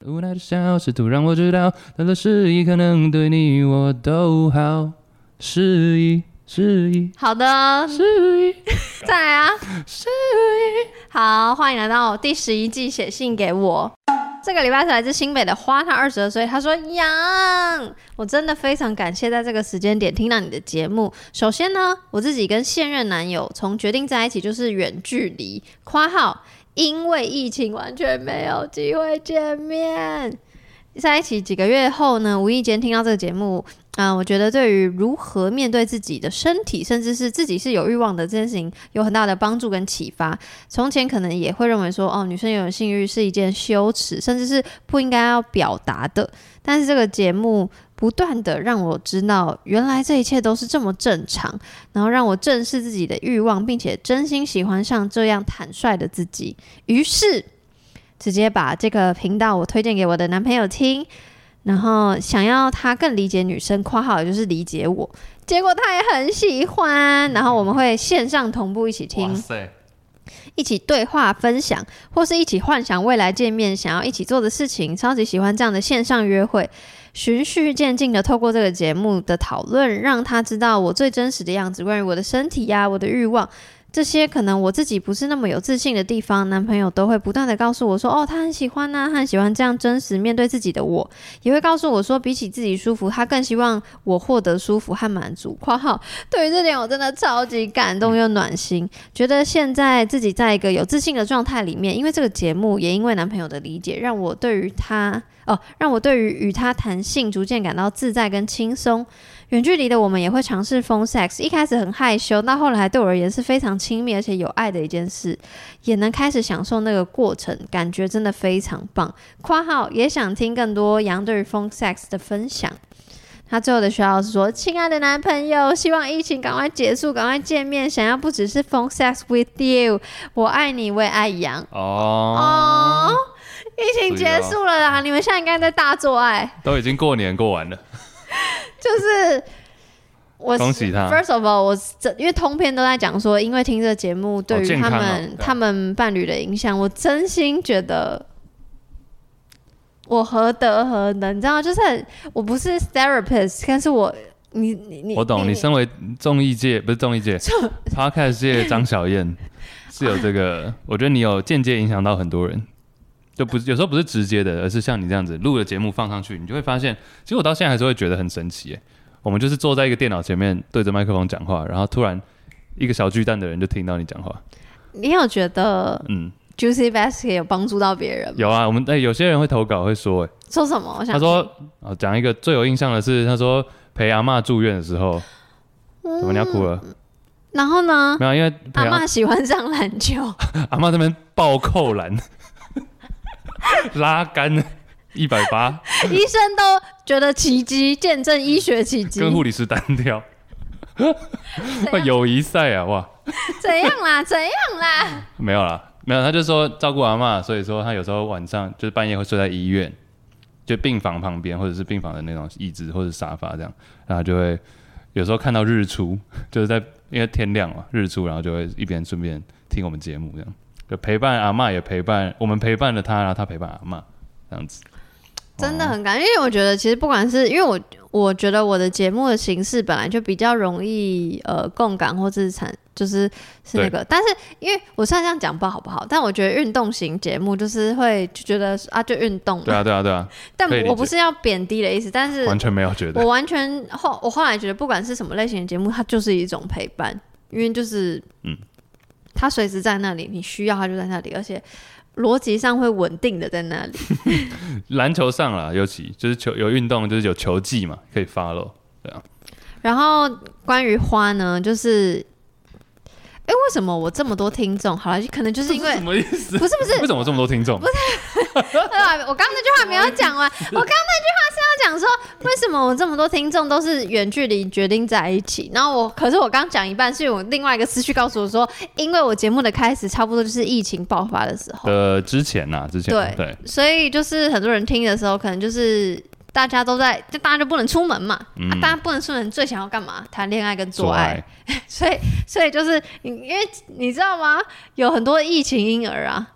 无奈的笑试图让我知道，他的示意可能对你我都好，示意好的， 示意再来啊！ 示意。 好，欢迎来到第11季写信给我。这个礼拜是来自新北的花，他22岁，他说：杨，我真的非常感谢在这个时间点听到你的节目。首先呢，我自己跟现任男友从决定在一起就是远距离（括号因为疫情完全没有机会见面）。在一起几个月后呢，无意间听到这个节目，我觉得对于如何面对自己的身体，甚至是自己是有欲望的这件事情，有很大的帮助跟启发。从前可能也会认为说，女生有性欲是一件羞耻，甚至是不应该要表达的。但是这个节目不断的让我知道，原来这一切都是这么正常，然后让我正视自己的欲望，并且真心喜欢上这样坦率的自己。于是直接把这个频道我推荐给我的男朋友听，然后想要他更理解女生（括号也就是理解我），结果他也很喜欢，然后我们会线上同步一起听，一起对话分享，或是一起幻想未来见面想要一起做的事情。超级喜欢这样的线上约会，循序渐进的透过这个节目的讨论，让他知道我最真实的样子，关于我的身体啊，我的欲望，这些可能我自己不是那么有自信的地方，男朋友都会不断的告诉我说，他很喜欢啊，他很喜欢这样真实面对自己的我，也会告诉我说，比起自己舒服，他更希望我获得舒服和满足（括号对于这点我真的超级感动又暖心，觉得现在自己在一个有自信的状态里面，因为这个节目，也因为男朋友的理解，让我对于与他谈性逐渐感到自在跟轻松。远距离的我们也会尝试 phone sex， 一开始很害羞，到后来对我而言是非常亲密而且有爱的一件事，也能开始享受那个过程，感觉真的非常棒。括号也想听更多杨对于 phone sex 的分享。他最后的需要是说，亲爱的男朋友，希望疫情赶快结束，赶快见面，想要不只是 phone sex with you， 我爱你，我也爱杨。疫情结束了啦，你们现在应该在大做爱， 都已经过年过完了。 就是我恭喜他。 First of all， 因为通篇都在讲说，因为听这节目对于他们伴侣的影响，我真心觉得我何德何能，你知道，就是我不是 therapist， 但是我懂， 你身为综艺界不是综艺界，podcast 界张小燕是有这个，我觉得你有间接影响到很多人。就不是有时候不是直接的，而是像你这样子录了节目放上去，你就会发现，其实我到现在还是会觉得很神奇耶。我们就是坐在一个电脑前面对着麦克风讲话，然后突然一个小巨蛋的人就听到你讲话。 你有觉得Juicy Basket 有帮助到别人吗？ 有啊，我们有些人会投稿会说说什么？ 他说讲一个最有印象的是，他说陪阿嬷住院的时候，怎么你要哭了？ 然后呢？ 没有，因为阿嬷喜欢上篮球， 阿嬷这边暴扣篮。拉杆180， 医生都觉得奇迹，见证医学奇迹， 跟护理师单挑，友谊赛啊，哇！ 怎样啦？ 没有啦，他就说照顾阿嬷，所以说他有时候晚上就是半夜会睡在医院，就病房旁边或者是病房的那种椅子或者沙发这样，然后就会有时候看到日出，就是因为天亮嘛，日出，然后就会一边顺便听我们节目这样。就陪伴阿嬷，也陪伴我们，陪伴了他，然后他陪伴阿嬷，这样子真的很感动。因为我觉得其实不管是因为我觉得我的节目的形式本来就比较容易共感或者是那个，但是因为我虽然这样讲不好不好，但我觉得运动型节目就是会就觉得就运动嘛， 对啊， 但我不是要贬低的意思，但是完全没有觉得， 我后来觉得不管是什么类型的节目，它就是一种陪伴，因为就是他随时在那里，你需要他就在那里，而且逻辑上会稳定的在那里。 篮球上啦，尤其就是有运动，就是有球技嘛，可以 follow， 对啊。然后关于花呢，就是为什么我这么多听众？好了，可能就是因为什么意思？ 不是， 为什么这么多听众？ 不是，我刚刚那句话没有讲完。我刚刚那句话是要讲说，为什么我这么多听众都是远距离决定在一起？然后可是我刚讲一半，是我另外一个思绪告诉我说，因为我节目的开始差不多就是疫情爆发的时候。 之前对， 所以就是很多人听的时候，可能就是大家都在，就大家就不能出门嘛，大家不能出门，最想要干嘛？谈恋爱跟做爱。所以就是因为你知道吗？有很多疫情婴儿啊。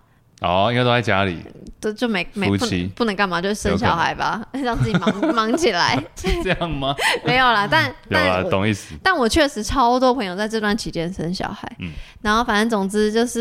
哦，应该都在家里， 就没夫妻不能干嘛，就生小孩吧，让自己忙起来。 这样吗？ 没有啦， 有啦，懂意思。 但我确实超多朋友在这段期间生小孩，然后反正总之就是，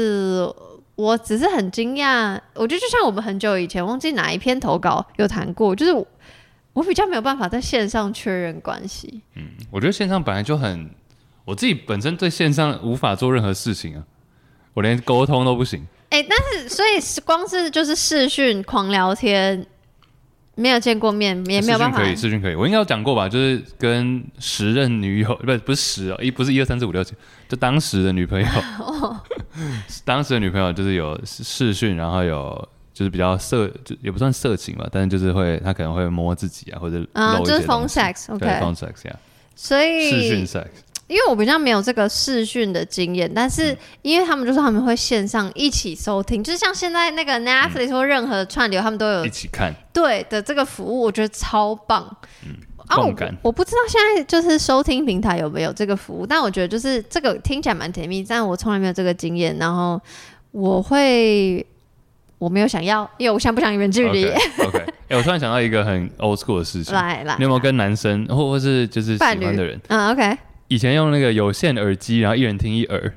我只是很惊讶，我觉得就像我们很久以前忘记哪一篇投稿有谈过，就是我比较没有办法在线上确认关系。 我觉得线上本来就很，我自己本身对线上无法做任何事情啊，我连沟通都不行。 但是所以光是就是视讯狂聊天，没有见过面也没有办法。 视讯可以，我应该有讲过吧？就是跟时任女友，不是10哦，不是1、2、3、4、5、6、7，就当时的女朋友，当时的女朋友就是有视讯，然后有就是比较就也不算色情吧，但是就是他可能会摸自己啊，或者露一些就是 phone sex， 对 phone sex 呀， 所以视讯 sex。 因为我比较没有这个视讯的经验，但是因为他们就说他们会线上一起收听，就是像现在那个 Netflix 或任何串流，他们都有一起看， 对的这个服务，我觉得超棒。 共感。 我不知道现在就是收听平台有没有这个服务，但我觉得就是这个听起来蛮甜蜜，但我从来没有这个经验，然后我没有想要，因为我现在不想远距离。 OK， 我突然想到一个很 old school 的事情， 来， 你有没有跟男生或是就是喜欢的人 ？OK。 以前用那个有线耳机，然后一人听一耳，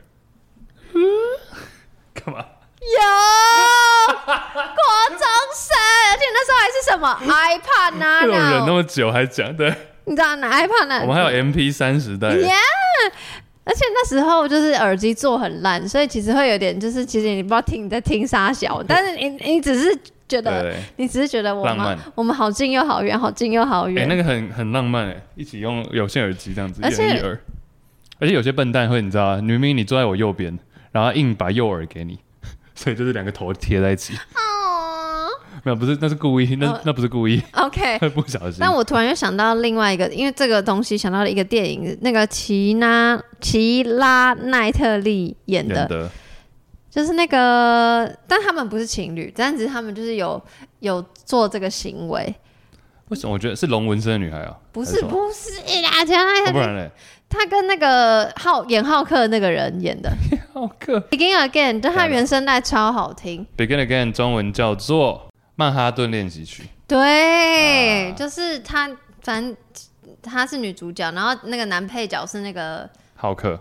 干嘛？ 有国中生，而且那时候还是什么 iPad 啊？ 这种忍那么久还讲，对， 你知道拿 iPad 呢？ 我们还有 MP3时代。 而且那时候就是耳机做很烂，所以其实会有点就是其实你不知道你在听啥小，但是你只是觉得你只是觉得我们好近又好远，好近又好远。 那个很浪漫一起用有线耳机这样子，一人一耳。而且有些笨蛋会，你知道吗？明明你坐在我右边，然后硬把右耳给你，所以就是两个头贴在一起。没有，不是，那是故意，那不是故意。 OK， 不小心。 但我突然又想到另外一个，因为这个东西想到了一个电影，那个奇拉奈特利演的，就是那个，但他们不是情侣，但只是他们就是有做这个行为。 为什么？我觉得是龙纹身的女孩啊？ 不是啦，奇拉奈特利， 不然嘞？ 他跟那个演浩克的那个人演的。 浩克 Begin Again， 就他原声带超好听。 Begin Again 中文叫做《曼哈顿练习曲》。 对，就是他，反正他是女主角，然后那个男配角是那个浩克。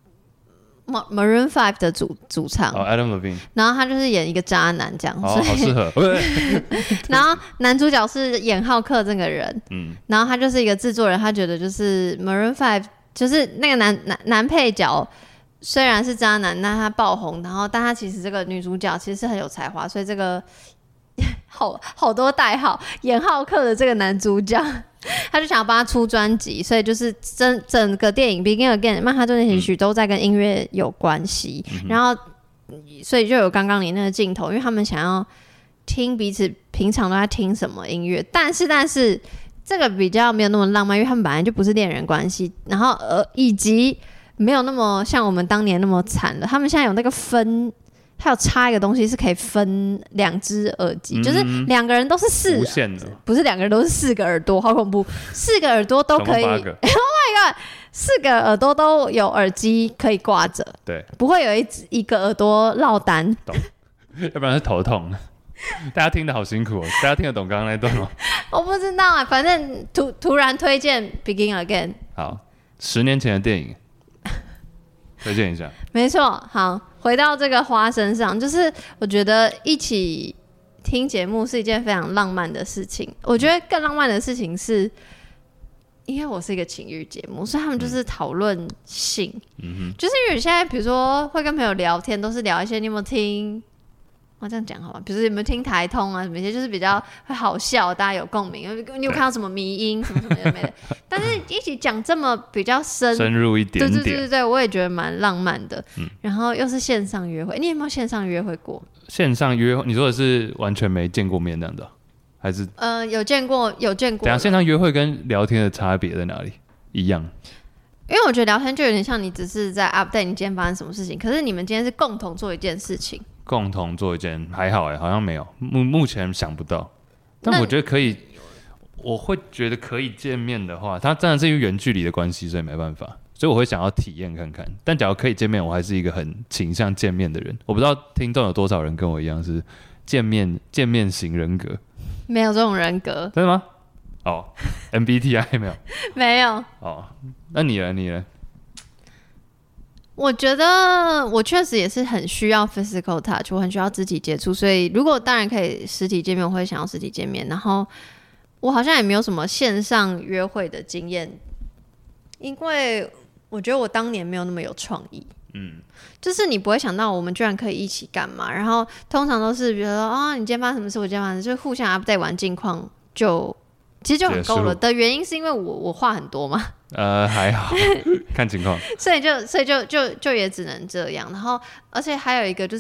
Maroon 5的主唱 Adam Levine， 然后他就是演一个渣男这样， 好适合。 然后男主角是演浩克这个人，然后他就是一个制作人，他觉得就是 Maroon 5就是那个男配角虽然是渣男，但他爆红，但他其实这个女主角其实是很有才华，所以这个好多代号演浩克的这个男主角。他就想要帮他出专辑，所以就是整个电影《Begin Again》曼哈顿练习曲都在跟音乐有关系，然后所以就有刚刚你那个镜头，因为他们想要听彼此平常都在听什么音乐，但是这个比较没有那么浪漫，因为他们本来就不是恋人关系，然后以及没有那么像我们当年那么惨了，他们现在有那个还有插一个东西是可以分2只耳机，就是2个人都是无线的， 不是2个人都是4个耳朵，好恐怖！4个耳朵都可以 ，Oh my god，4个耳朵都有耳机可以挂着， 对， 不会有一个耳朵落单， 懂？要不然是头痛。大家听得好辛苦哦，大家听得懂刚刚那段吗？ 我不知道反正突然推荐 Begin Again。 好，10年前的电影，推荐一下。 没错，好。回到这个花身上，就是我觉得一起听节目是一件非常浪漫的事情。我觉得更浪漫的事情是，因为我是一个情侣节目，所以他们就是讨论性，就是因为现在比如说会跟朋友聊天，都是聊一些你有没有听。这样讲好吧，比如说有没有听台通啊，什么一些就是比较会好笑，大家有共鸣。你有看到什么迷因什么什么的没的？但是一起讲这么比较深入一点点， 对，我也觉得蛮浪漫的。然后又是线上约会，你有没有线上约会过？ 线上约会，你说的是完全没见过面那样的，还是有见过？等下线上约会跟聊天的差别在哪里？一样。 因为我觉得聊天就有点像你只是在 update 你今天发生什么事情，可是你们今天是共同做一件事情。 共同做一件还好好像没有，目前想不到。但我觉得可以，我会觉得可以见面的话，它真的是因为远距离的关系，所以没办法。 所以我会想要体验看看。但假如可以见面，我还是一个很倾向见面的人。我不知道听众有多少人跟我一样是见面型人格， 没有这种人格， 真的吗？哦，MBTI 没有， 没有。 哦，那你呢？ 我觉得我确实也是很需要 physical touch， 我很需要肢体接触，所以如果当然可以实体见面，我会想要实体见面。然后我好像也没有什么线上约会的经验，因为我觉得我当年没有那么有创意。就是你不会想到我们居然可以一起干嘛，然后通常都是比如说你今天发生什么事，我今天发生什么事，就互相 update 完近况其实就很够了。的原因是因为我话很多嘛。 还好，看情况。 所以就也只能这样。然后，而且还有一个就是，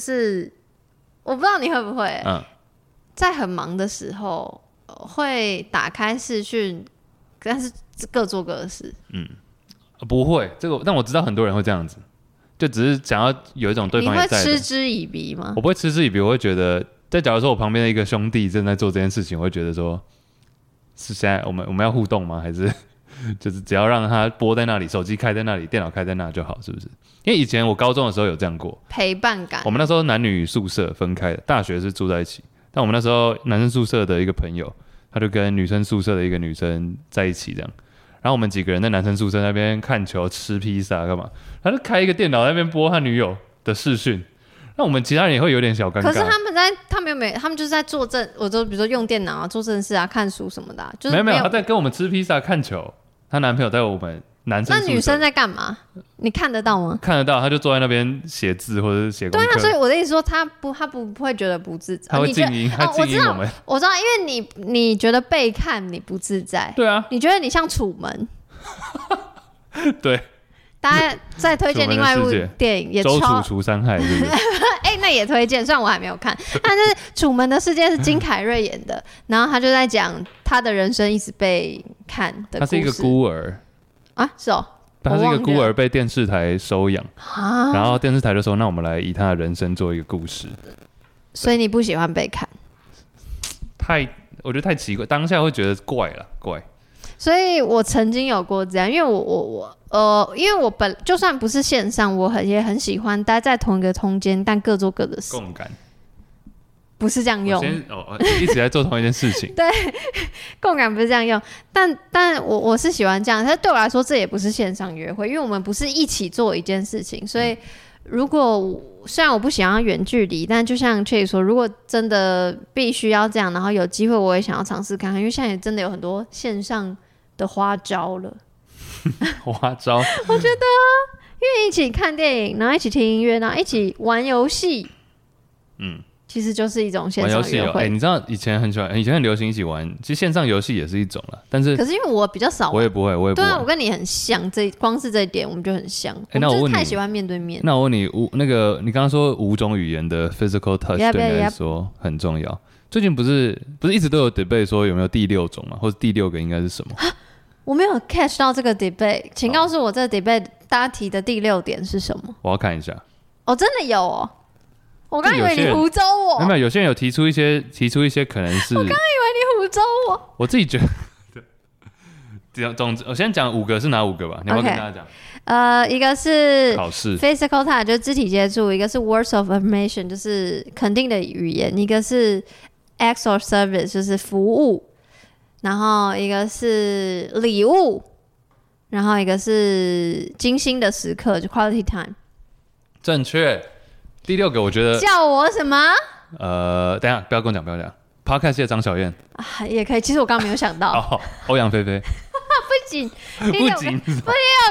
我不知道你会不会，在很忙的时候会打开视讯，但是各做各的事。 不会，这个，但我知道很多人会这样子，就只是想要有一种对方也在的。 你会嗤之以鼻吗？ 我不会嗤之以鼻，我会觉得，假如说我旁边的一个兄弟正在做这件事情，我会觉得说，是现在我们要互动吗？还是？就是只要让他播在那里，手机开在那里，电脑开在那就好，是不是？因为以前我高中的时候有这样过陪伴感。 我们那时候男女宿舍分开的，大学是住在一起，但我们那时候男生宿舍的一个朋友，他就跟女生宿舍的一个女生在一起这样。然后我们几个人在男生宿舍那边看球、吃披萨干嘛？他就开一个电脑在那边播他女友的视讯。那我们其他人也会有点小尴尬。 可是他们就是在做正，我就比如说用电脑做正事啊、看书什么的就是没有，他在跟我们吃披萨、看球。她男朋友在我们男生宿舍。 那女生在干嘛？你看得到吗？ 看得到，她就坐在那边写字或者是写功课。 对啊，所以我的意思说，她不会觉得不自在。 她会静音，她静音我们。 我知道，因为你觉得被看你不自在。 对啊。 你觉得你像楚门。 对。 大家再推荐另外一部电影，也周楚除三害，是不是？ 那也推荐，虽然我还没有看。但是《楚门的世界》是金凯瑞演的，然后他就在讲他的人生一直被看的故事。 他是一个孤儿啊，是哦。 他是一个孤儿被电视台收养，然后电视台就说：“那我们来以他的人生做一个故事。” 所以你不喜欢被看？ 我觉得太奇怪，当下会觉得怪。 所以我曾经有过这样，因为因为我就算不是线上，也很喜欢待在同一个空间，但各做各的事。 共感不是这样用。 一直在做同一件事情。 对，共感不是这样用，但我是喜欢这样。但对我来说，这也不是线上约会，因为我们不是一起做一件事情，所以虽然我不想要远距离，但就像 Chase 说，如果真的必须要这样，然后有机会我也想要尝试看看，因为现在也真的有很多线上的花招了。 花招， 我觉得因为一起看电影，然后一起听音乐，然后一起玩游戏，其实就是一种线上约会。 你知道以前很流行一起玩，其实线上游戏也是一种啦。但是可是因为我比较少玩， 我也不会。对啊，我跟你很像，光是这一点我们就很像。那我问你，太喜欢面对面。 那我问你，你刚刚说5种语言的 physical touch 对你来说很重要。最近不是一直都有 debate 说有没有第6种嘛，或者第6个应该是什么？ 我没有 catch 到这个 debate， 请告诉我这个 debate 大家提的第6点是什么？ 我要看一下。 真的有哦。我刚以为你胡诌我。 没有，有些人有提出一些可能是。 我刚以为你胡诌我。 我自己觉得，总之我先讲5个是哪5个吧？你要不要跟大家讲？一个是考试 physical touch 就是肢体接触，一个是 words of affirmation 就是肯定的语言，一个是 acts or service 就是服务，然后一个是礼物，然后一个是精心的时刻，就 quality time。 正确。第6个我觉得叫我什么？ 等一下不要跟我讲，Podcast 的张小燕也可以。其实我刚刚没有想到。 欧阳菲菲。 不仅第6个。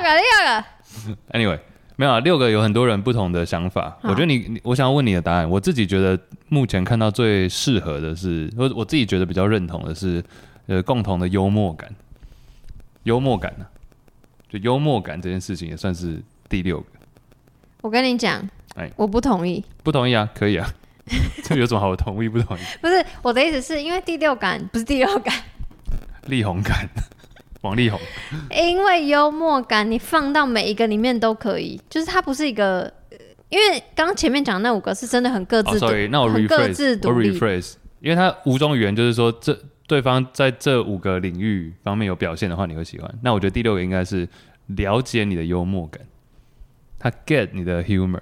Anyway， 没有啊，6个有很多人不同的想法。我觉得我想要问你的答案。我自己觉得目前看到最适合的是，我自己觉得比较认同的是，共同的幽默感。幽默感呢，就幽默感这件事情也算是第6个。 我跟你讲。我不同意。 不同意啊，可以啊。这有什么好同意不同意？ 不是，我的意思是因为第6感不是第6感， 力宏感，王力宏。 因为幽默感你放到每一个里面都可以，就是它不是一个，因为刚刚前面讲的那5个是真的很各自 ，sorry， 那我 rephrase，因为它5种语言就是说对方在这5个领域方面有表现的话，你会喜欢。那我觉得第6个应该是了解你的幽默感，他 get 你的 humor。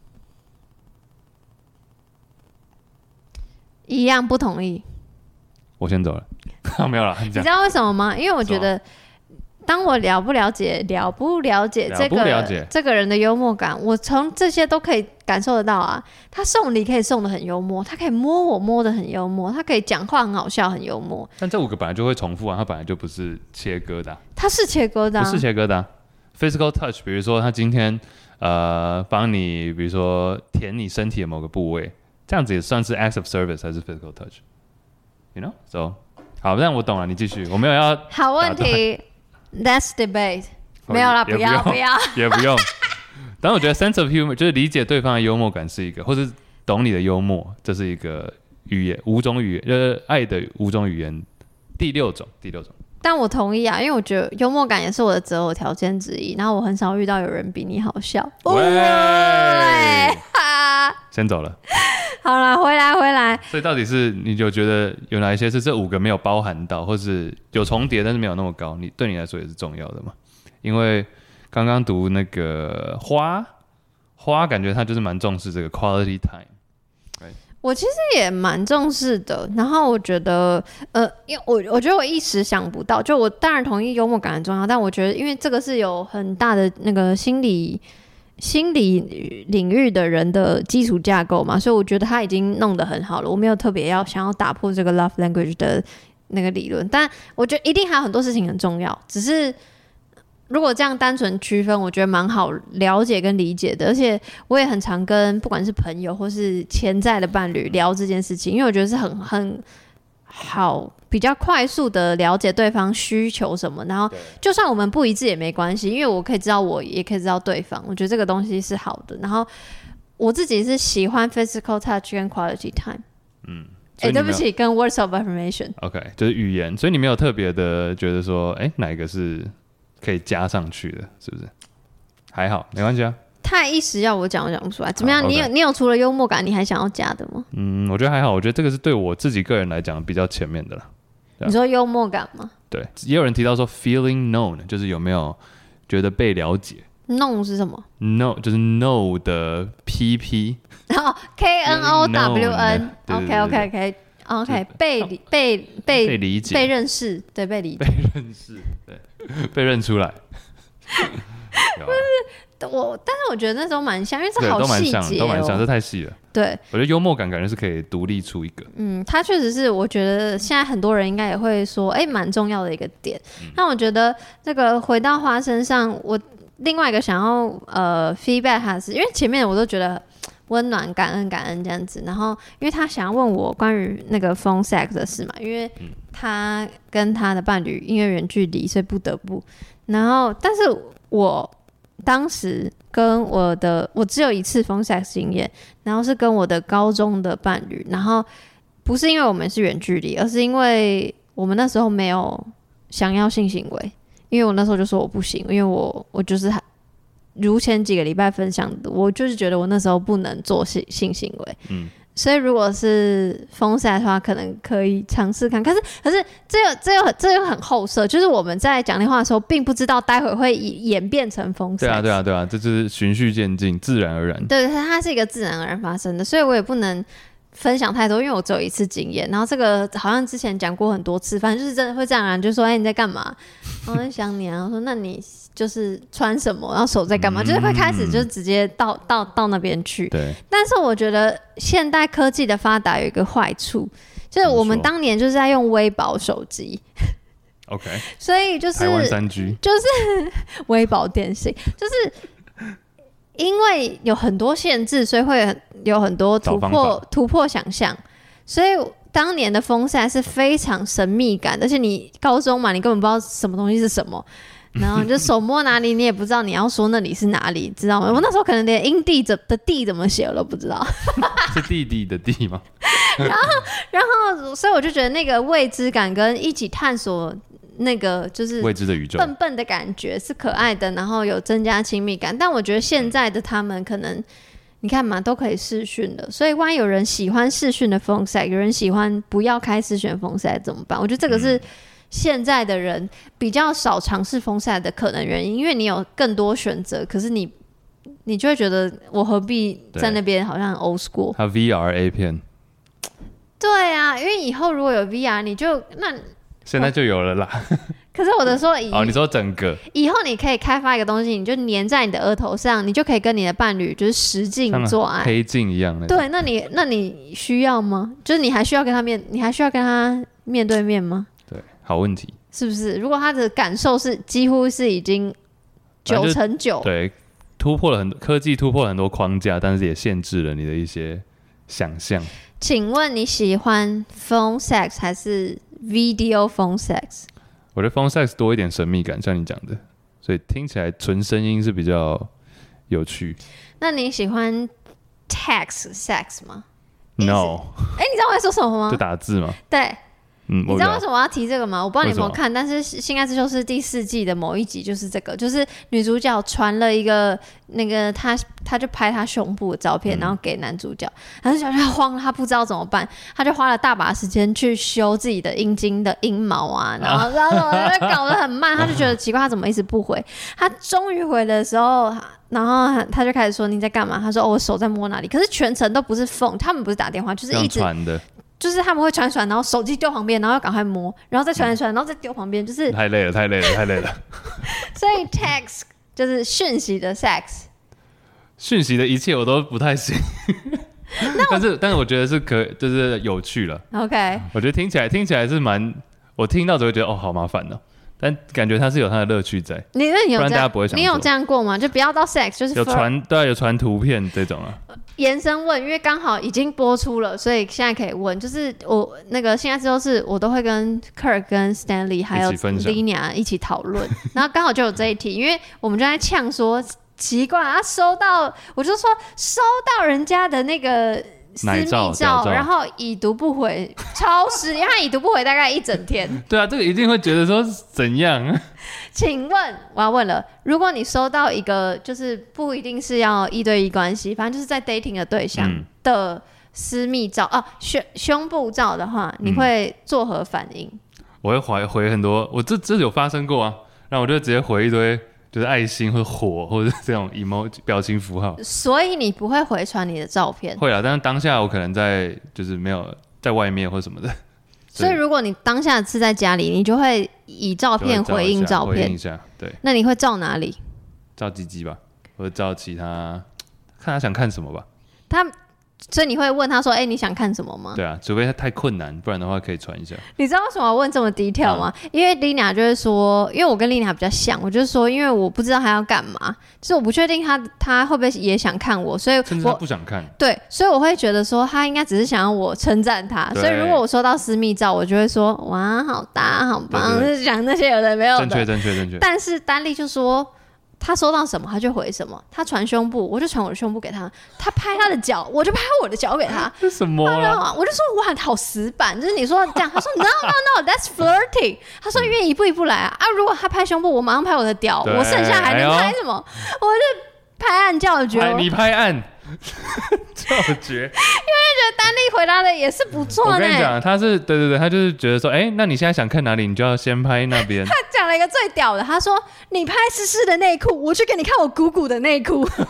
一样不同意。 我先走了，没有了。你知道为什么吗？因为我觉得，当我了不了解这个人的幽默感，我从这些都可以感受得到啊。他送礼可以送得很幽默，他可以摸得很幽默，他可以讲话很好笑，很幽默。 但这5个本来就会重复啊，他本来就不是切割的、啊。 他是切割的、啊， 不是切割的、啊。Physical touch， 比如说他今天帮你，比如说舔你身体的某个部位，这样子也算是 acts of service 还是 physical touch？You know？ So 好，那我懂了，你继续。我没有要好问题 ，Let's debate。没有啦，不要， 也不用。但我觉得 sense of humor 就是理解对方的幽默感是一个，或是懂你的幽默，这是一个语言5种语言，爱的5种语言第6种。 但我同意啊，因为我觉得幽默感也是我的择偶条件之一。然后我很少遇到有人比你好笑。 先走了。 好了，回来。 所以到底是你就觉得有哪一些是这5个没有包含到，或是有重叠但是没有那么高，对你来说也是重要的嘛？因为刚刚读那个花，感觉他就是蛮重视这个 quality time。 我其实也蛮重视的，然后我觉得，因为我觉得我一时想不到，就我当然同意幽默感很重要，但我觉得因为这个是有很大的那个心理领域的人的基础架构嘛，所以我觉得他已经弄得很好了，我没有特别想要打破这个 love language 的那个理论，但我觉得一定还有很多事情很重要，只是如果这样单纯区分，我觉得蛮好了解跟理解的，而且我也很常跟不管是朋友或是潜在的伴侣聊这件事情，因为我觉得是很好，比较快速的了解对方需求什么，然后就算我们不一致也没关系，因为我可以知道我也可以知道对方，我觉得这个东西是好的。然后我自己是喜欢 physical touch 跟 quality time。对不起，跟 words of affirmation。OK， 就是语言，所以你没有特别的觉得说，哪一个是可以加上去的，是不是？还好，没关系啊。 太一时要我讲不出来，怎么样？你有除了幽默感，你还想要加的吗？ 我觉得还好，我觉得这个是对我自己个人来讲比较前面的啦。 你说幽默感吗？ 对，也有人提到说 feeling known， 就是有没有觉得被了解。 known 是什么 ？know 就是 know 的 pp， 然后 known。OK， 被理解， 被认识，对，被理解， 被认识，对，被认出来。 但是我觉得那时候蛮像，因为这好细节都蛮像，这太细了。 对， 我觉得幽默感觉是可以独立出一个。 它确实是，我觉得现在很多人应该也会说，蛮重要的一个点。那我觉得这个回到花身上，我另外一个想要feedback 他是，因为前面我都觉得温暖、感恩这样子，然后因为他想要问我关于那个 phone sex 的事嘛，因为他跟他的伴侣因为远距离，所以不得不。然后，但是我当时跟我只有一次 phone sex 经验，然后是跟我的高中的伴侣，然后不是因为我们是远距离，而是因为我们那时候没有想要性行为，因为我那时候就说我不行，因为我就是如前几个礼拜分享的，我就是觉得我那时候不能做性行为，所以如果是phone sex的话，可能可以尝试看。可是这又很后设，就是我们在讲电话的时候，并不知道待会会演变成phone sex。 对啊，这就是循序渐进，自然而然。 对，它是一个自然而然发生的，所以我也不能分享太多，因为我只有一次经验。然后这个好像之前讲过很多次，反正就是真的会这样，就说你在干嘛？我在想你啊。我说那你就是穿什么，然后手在干嘛？就是会开始就直接到那边去。 对。 但是我觉得现代科技的发达有一个坏处，就是我们当年就是在用微薄手机。 OK。 所以就是台湾3G， 就是微薄电信，就是因为有很多限制，所以会有很多突破想象，所以当年的phone sex是非常神秘感，而且你高中嘛，你根本不知道什么东西是什么，然后你就手摸哪里，你也不知道你要说那里是哪里，知道吗？我那时候可能连阴地的地怎么写我都不知道。 是弟弟的弟吗？ 然后，所以我就觉得那个未知感跟一起探索那个就是未知的宇宙， 笨笨的感觉是可爱的，然后有增加亲密感。但我觉得现在的他们可能，你看嘛，都可以视讯的，所以万一有人喜欢视讯的phone sex，有人喜欢不要开视讯的phone sex怎么办？我觉得这个是现在的人比较少尝试phone sex 的可能原因，因为你有更多选择，可是你就会觉得我何必在那边好像很 old school。 它 VR A 片， 对啊，因为以后如果有 VR， 你就那现在就有了啦。 可是我的说你说整个以后你可以开发一个东西，你就粘在你的额头上，你就可以跟你的伴侣就是实境做爱， 黑镜一样的。 对，那你需要吗？就是你还需要跟他面对面吗？ 对，好问题， 是不是？如果他的感受是几乎是已经9%， 对，科技突破了很多框架，但是也限制了你的一些想象。 请问你喜欢 phone sex 还是 video phone sex？ 我觉得 phone sex 多一点神秘感，像你讲的，所以听起来纯声音是比较有趣。 那你喜欢 text sex 吗 ？No。 你知道我在说什么吗？ 就打字吗？ 对。你知道为什么我要提这个吗？我不知道你有没有看，但是《性爱自修室》第4季的某一集就是这个，就是女主角传了一个那个她就拍她胸部的照片，然后给男主角，男主角就慌了，他不知道怎么办，他就花了大把时间去修自己的阴茎的阴毛啊，然后就搞得很慢，他就觉得奇怪，他怎么一直不回？他终于回的时候。然后他就开始说你在干嘛？他说我手在摸哪里？可是全程都不是phone，他们不是打电话，就是一直传的。 就是他们会传，然后手机丢旁边，然后赶快摸，然后再传，然后再丢旁边，就是太累了。 所以 text 就是讯息的 sex， 讯息的一切我都不太行。但是我觉得是就是有趣了。 OK， 我觉得听起来是我听到只会觉得好麻烦哦。但感觉它是有它的乐趣在。 你有不然大家不会想做。 你有这样过吗？就不要到 sex， 就是有传图片这种啊。 延伸问，因为刚好已经播出了，所以现在可以问。就是我那个现在之后是我都会跟 Kirk 跟 Stanley 还有 Lina 一起讨论，然后刚好就有这一题，因为我们就在呛说奇怪啊，我就说收到人家的那个私密照，然后已读不回，超时，因为他已读不回大概一整天。 对啊，这个一定会觉得说怎样？ 请问我要问了，如果你收到一个就是不一定是要1对1关系，反正就是在 dating 的对象的私密照胸部照的话，你会作何反应？ 我会回很多，我这有发生过啊，然后我就直接回一堆。就是爱心或者火或者这种 emoji 表情符号， 所以你不会回传你的照片？ 会啊，但是当下我可能就是没有在外面或什么的。 所以如果你当下是在家里，你就会以照片回应照片， 回应一下，对。 那你会照哪里？ 照鸡鸡吧，或者照其他，看他想看什么吧。 所以你会问他说：“你想看什么吗？” 对啊，除非他太困难，不然的话可以传一下。 你知道为什么要问这么detail吗？因为 Lina 就是说，因为我跟 Lina 比较像，我就是说，因为我不知道他要干嘛，就是我不确定他会不会也想看我，所以甚至他不想看。 对，所以我会觉得说他应该只是想要我称赞他。所以如果我收到私密照，我就会说：“哇，好大，好棒！”就是讲那些有的没有的。 正确。 但是丹丽就说。他收到什么他就回什么，他传胸部我就传我的胸部给他，他拍他的脚我就拍我的脚给他。 这什么啊？ 我就说哇好死板，就是你说这样，他说 no that's flirting， 他说因为一步一步来啊，如果他拍胸部我马上拍我的屌，我剩下还能拍什么？我就拍案叫绝。 你拍案叫绝，因为觉得丹丽回答的也是不错。 我跟你讲，他是对，他就是觉得说，那你现在想看哪里，你就要先拍那边。 他讲了一个最屌的，他说你拍湿湿的内裤，我去给你看我鼓鼓的内裤，很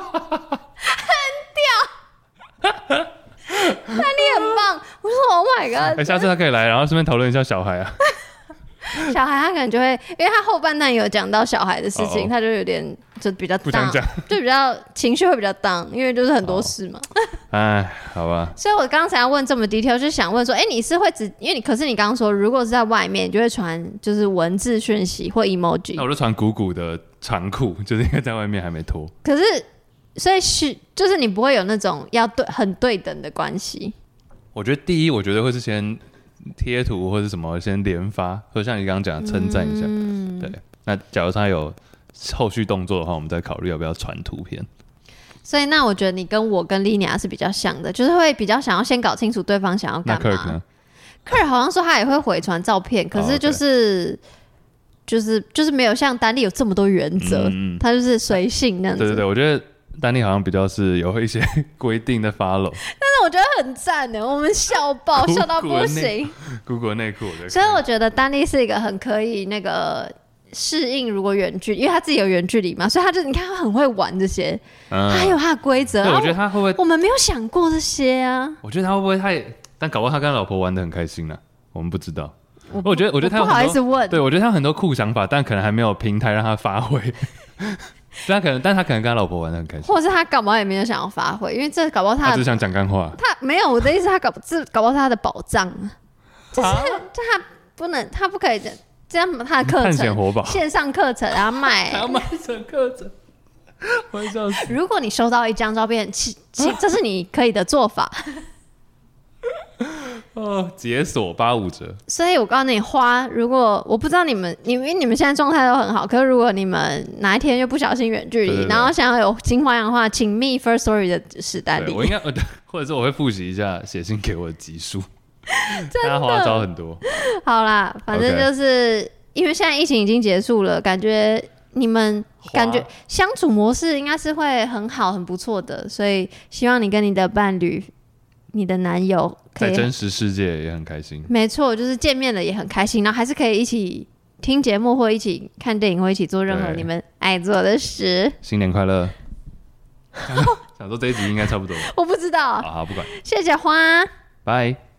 屌。丹丽很棒，我说 Oh my god， 下次他可以来，然后顺便讨论一下小孩啊。 小孩他可能就会，因为他后半段有讲到小孩的事情，他就有点就比较 down， 就比较情绪会比较 down， 因为就是很多事嘛。 好吧。 所以我刚才要问这么 detail， 就是想问说，你是会因为可是你刚刚说，如果是在外面，你就会传就是文字讯息或 emoji。 那我就传鼓鼓的长裤，就是因为在外面还没脱。 可是，所以就是你不会有那种要很对等的关系。 我觉得第一，我觉得会是先贴图或者什么先连发，或者像你刚刚讲的称赞一下。对，那假如他有后续动作的话，我们再考虑要不要传图片。 所以那我觉得你跟我跟 Lina 是比较像的，就是会比较想要先搞清楚对方想要干嘛。 那 Kirk 呢 ？Kirk 好像说他也会回传照片，可是就是没有像丹丽有这么多原则，他就是随性那样子。 对，我觉得丹丽好像比较是有一些规定的 follow。 但是我觉得很赞的，我们笑爆，笑到不行。 Google 内裤， 所以我觉得丹妮是一个很可以那个适应如果远距，因为他自己有远距离嘛，所以他就你看他很会玩这些，他还有他的规则。 我觉得他会不会我们没有想过这些啊？ 我觉得他会不会太，但搞不好他跟他老婆玩得很开心呢，我们不知道。我觉得他有不好意思问， 对我觉得他有很多酷想法，但可能还没有平台让他发挥。但他可能跟他老婆玩得很开心， 或者是他搞不好也没有想要发挥，因为这搞不好他只想讲干话。 他没有，我的意思，搞不好是他的宝藏，就是他不能，他不可以这样他的课程探险活宝线上课程然后卖， 还要卖成课程，我会笑死。 如果你收到一张照片，这是你可以的做法。 解锁85折。 所以我告诉你，如果我不知道因为你们现在状态都很好，可是如果你们哪一天又不小心远距离，然后想要有新花样的话，请密 First Story 的史丹利。 我应该或者是我会复习一下写信给我的集数，他花招很多。 好啦，反正就是因为现在疫情已经结束了，感觉你们相处模式应该是会很好很不错的，所以希望你跟你的伴侣、你的男友可以在真实世界也很开心。 没错，就是见面了也很开心，然后还是可以一起听节目或一起看电影或一起做任何你们爱做的事。 新年快乐！想说这一集应该差不多。 我不知道。 好，不管。 谢谢花。 拜。